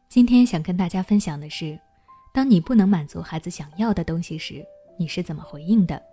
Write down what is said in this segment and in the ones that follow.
今天想跟大家分享的是，当你不能满足孩子想要的东西时，你是怎么回应的？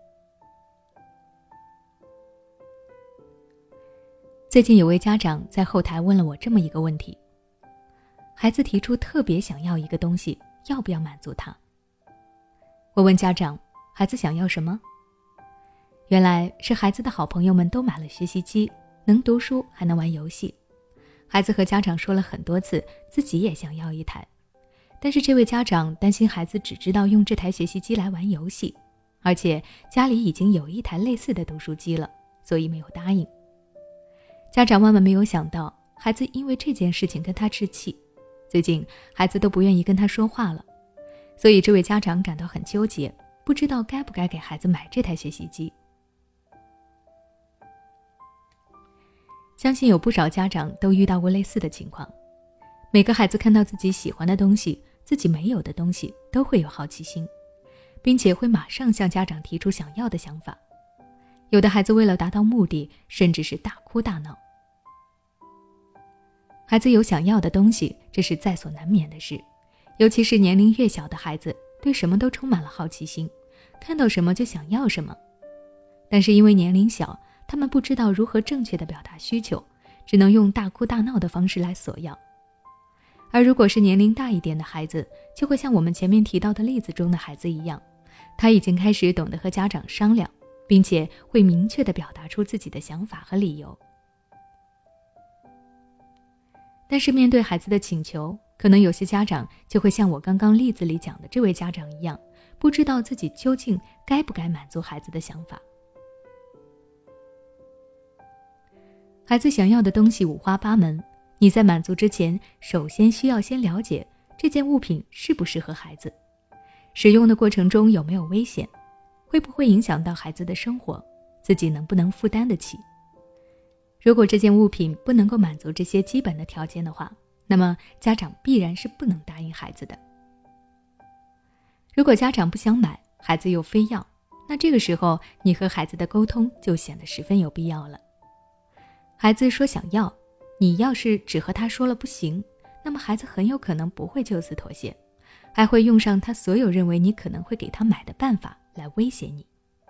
最近有位家长在后台问了我这么一个问题：孩子提出特别想要一个东西，要不要满足他？我问家长，孩子想要什么？原来是孩子的好朋友们都买了学习机，能读书还能玩游戏。孩子和家长说了很多次，自己也想要一台。但是这位家长担心孩子只知道用这台学习机来玩游戏，而且家里已经有一台类似的读书机了，所以没有答应。家长万万没有想到，孩子因为这件事情跟他置气，最近孩子都不愿意跟他说话了，所以这位家长感到很纠结，不知道该不该给孩子买这台学习机。相信有不少家长都遇到过类似的情况，每个孩子看到自己喜欢的东西，自己没有的东西，都会有好奇心，并且会马上向家长提出想要的想法。有的孩子为了达到目的，甚至是大哭大闹。孩子有想要的东西，这是在所难免的事，尤其是年龄越小的孩子，对什么都充满了好奇心，看到什么就想要什么。但是因为年龄小，他们不知道如何正确地表达需求，只能用大哭大闹的方式来索要。而如果是年龄大一点的孩子，就会像我们前面提到的例子中的孩子一样，他已经开始懂得和家长商量，并且会明确地表达出自己的想法和理由。但是面对孩子的请求，可能有些家长就会像我刚刚例子里讲的这位家长一样，不知道自己究竟该不该满足孩子的想法。孩子想要的东西五花八门，你在满足之前，首先需要先了解这件物品适不适合孩子，使用的过程中有没有危险，会不会影响到孩子的生活，自己能不能负担得起。如果这件物品不能够满足这些基本的条件的话，那么家长必然是不能答应孩子的。如果家长不想买，孩子又非要，那这个时候你和孩子的沟通就显得十分有必要了。孩子说想要，你要是只和他说了不行，那么孩子很有可能不会就此妥协，还会用上他所有认为你可能会给他买的办法来威胁你。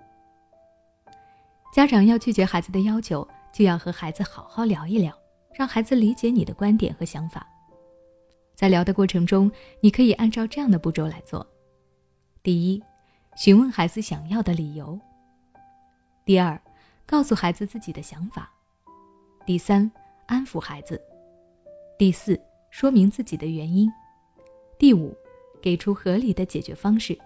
家长要拒绝孩子的要求，就要和孩子好好聊一聊，让孩子理解你的观点和想法。在聊的过程中，你可以按照这样的步骤来做。第一，询问孩子想要的理由。第二，告诉孩子自己的想法。第三，安抚孩子。第四，说明自己的原因。第五，给出合理的解决方式。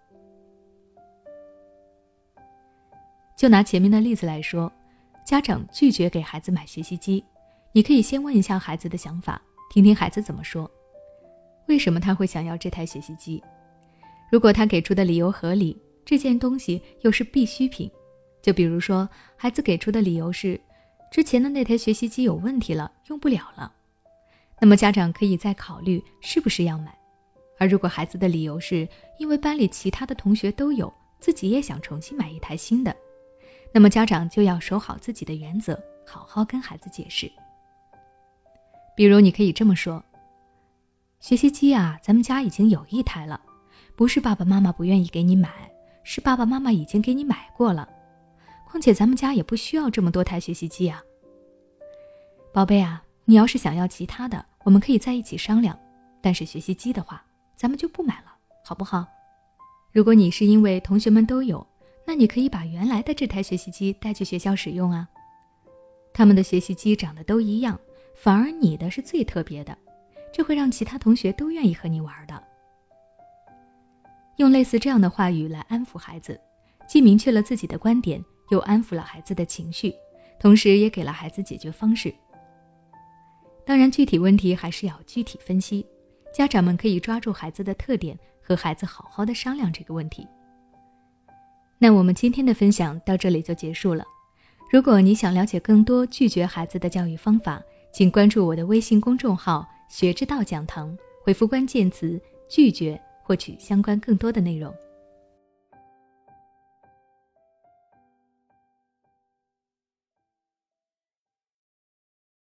就拿前面的例子来说，家长拒绝给孩子买学习机，你可以先问一下孩子的想法，听听孩子怎么说。为什么他会想要这台学习机？如果他给出的理由合理，这件东西又是必需品，就比如说孩子给出的理由是之前的那台学习机有问题了，用不了了，那么家长可以再考虑是不是要买。而如果孩子的理由是因为班里其他的同学都有，自己也想重新买一台新的，那么家长就要守好自己的原则，好好跟孩子解释。比如你可以这么说，学习机啊，咱们家已经有一台了，不是爸爸妈妈不愿意给你买，是爸爸妈妈已经给你买过了，况且咱们家也不需要这么多台学习机啊。宝贝啊，你要是想要其他的，我们可以在一起商量，但是学习机的话，咱们就不买了，好不好？如果你是因为同学们都有，那你可以把原来的这台学习机带去学校使用啊。他们的学习机长得都一样，反而你的是最特别的，这会让其他同学都愿意和你玩的。用类似这样的话语来安抚孩子，既明确了自己的观点，又安抚了孩子的情绪，同时也给了孩子解决方式。当然具体问题还是要具体分析，家长们可以抓住孩子的特点，和孩子好好的商量这个问题。那我们今天的分享到这里就结束了。如果你想了解更多拒绝孩子的教育方法，请关注我的微信公众号学之道讲堂，回复关键词拒绝获取相关更多的内容。